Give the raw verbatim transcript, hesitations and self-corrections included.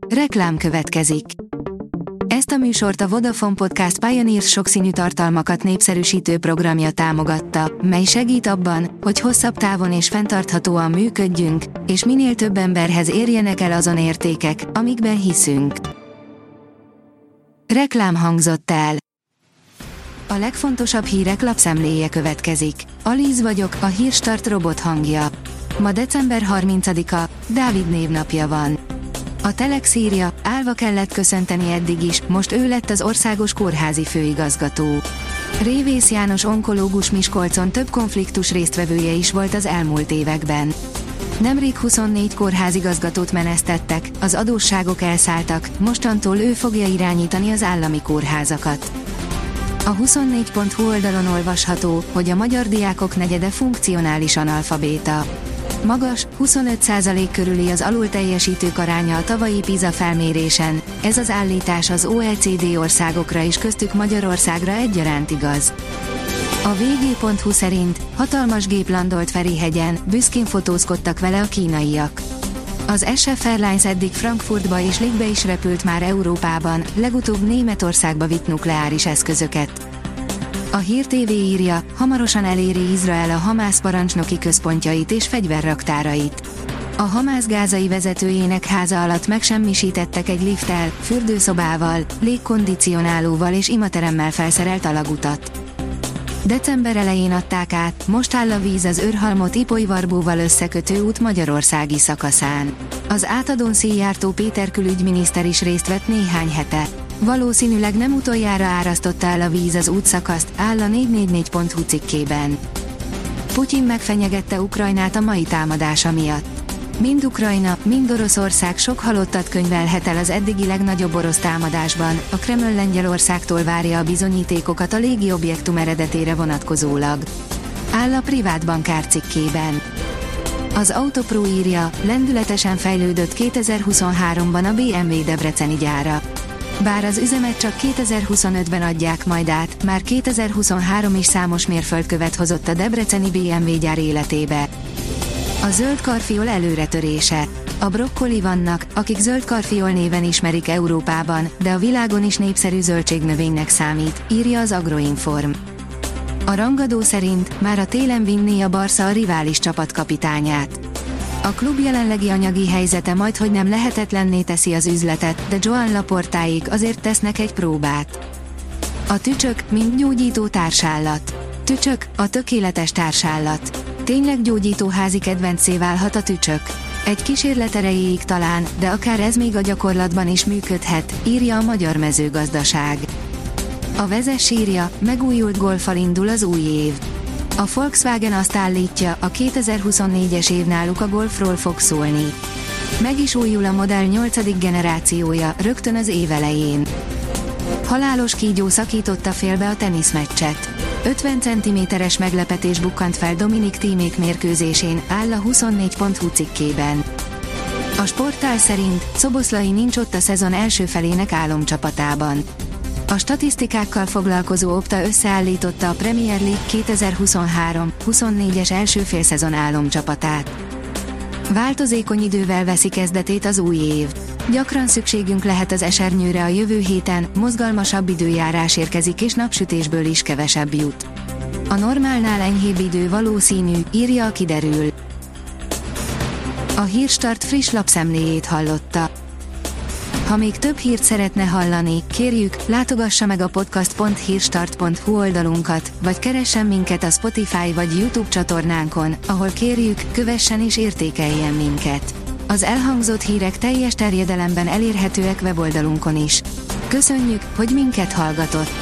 Reklám következik. Ezt a műsort a Vodafone Podcast Pioneers sokszínű tartalmakat népszerűsítő programja támogatta, mely segít abban, hogy hosszabb távon és fenntarthatóan működjünk, és minél több emberhez érjenek el azon értékek, amikben hiszünk. Reklám hangzott el. A legfontosabb hírek lapszemléje következik. Alíz vagyok, a Hírstart robot hangja. Ma december harmincadika, Dávid névnapja van. A Telex írja, állva kellett köszönteni eddig is, most ő lett az országos kórházi főigazgató. Révész János onkológus Miskolcon több konfliktus résztvevője is volt az elmúlt években. Nemrég huszonnégy kórházigazgatót menesztettek, az adósságok elszálltak, mostantól ő fogja irányítani az állami kórházakat. A huszonnégy pont hu oldalon olvasható, hogy a magyar diákok negyede funkcionális analfabéta. Magas, huszonöt százalék körüli az alulteljesítők aránya a tavalyi PISA felmérésen, ez az állítás az o e cé dé országokra és köztük Magyarországra egyaránt igaz. A vé gé pont hu szerint hatalmas gép landolt Ferihegyen, büszkén fotózkodtak vele a kínaiak. Az es ef Airlines eddig Frankfurtba és Légbe is repült már Európában, legutóbb Németországba vitt nukleáris eszközöket. A Hír té vé írja, hamarosan eléri Izrael a Hamász parancsnoki központjait és fegyverraktárait. A Hamász gázai vezetőjének háza alatt megsemmisítettek egy lifttel, fürdőszobával, légkondicionálóval és imateremmel felszerelt alagutat. December elején adták át, most áll a víz az Őrhalmot Ipolyvarbóval összekötő út magyarországi szakaszán. Az átadón széjjártó Péter külügyminiszter is részt vett néhány hete. Valószínűleg nem utoljára árasztotta el a víz az útszakaszt, áll a négy négy négy pont hu cikkében. Putyin megfenyegette Ukrajnát a mai támadása miatt. Mind Ukrajna, mind Oroszország sok halottat könyvelhet el az eddigi legnagyobb orosz támadásban, a Kreml Lengyelországtól várja a bizonyítékokat a légi objektum eredetére vonatkozólag. Áll a privát bankár cikkében. Az Autopro írja, lendületesen fejlődött kétezer-huszonháromban a bé em vé debreceni gyára. Bár az üzemet csak kétezer-huszonötben adják majd át, már kétezer-huszonhárom is számos mérföldkövet hozott a debreceni bé em vé gyár életébe. A zöld karfiol előretörése. A brokkoli vannak, akik zöld karfiol néven ismerik Európában, de a világon is népszerű zöldségnövénynek számít, írja az Agroinform. A rangadó szerint már a télen vinné a Barca a rivális csapat kapitányát. A klub jelenlegi anyagi helyzete majdhogy nem lehetetlenné teszi az üzletet, de Joan Laportáék azért tesznek egy próbát. A tücsök, mint gyógyító társállat. Tücsök, a tökéletes társállat. Tényleg gyógyító házi kedvencé válhat a tücsök. Egy kísérlet erejéig talán, de akár ez még a gyakorlatban is működhet, írja a Magyar Mezőgazdaság. A Vezess írja, megújult Golffal indul az új év. A Volkswagen azt állítja, a kétezer-huszonnégyes év náluk a Golfról fog szólni. Meg is újul a modell nyolcadik generációja, rögtön az év elején. Halálos kígyó szakította félbe a teniszmeccset. ötven centiméteres meglepetés bukkant fel Dominik Thiemék mérkőzésén, áll a huszonnégy pont hu cikkében. A sporttál szerint Szoboszlai nincs ott a szezon első felének álomcsapatában. A statisztikákkal foglalkozó Opta összeállította a Premier League kétezer-huszonhárom huszonnégyes első félszezon álomcsapatát. Változékony idővel veszi kezdetét az új év. Gyakran szükségünk lehet az esernyőre a jövő héten, mozgalmasabb időjárás érkezik és napsütésből is kevesebb jut. A normálnál enyhébb idő valószínű, írja a Kiderül. A Hírstart friss lapszemléjét hallotta. Ha még több hírt szeretne hallani, kérjük, látogassa meg a podcast pont hírstart pont hu oldalunkat, vagy keressen minket a Spotify vagy YouTube csatornánkon, ahol kérjük, kövessen és értékeljen minket. Az elhangzott hírek teljes terjedelemben elérhetőek weboldalunkon is. Köszönjük, hogy minket hallgatott!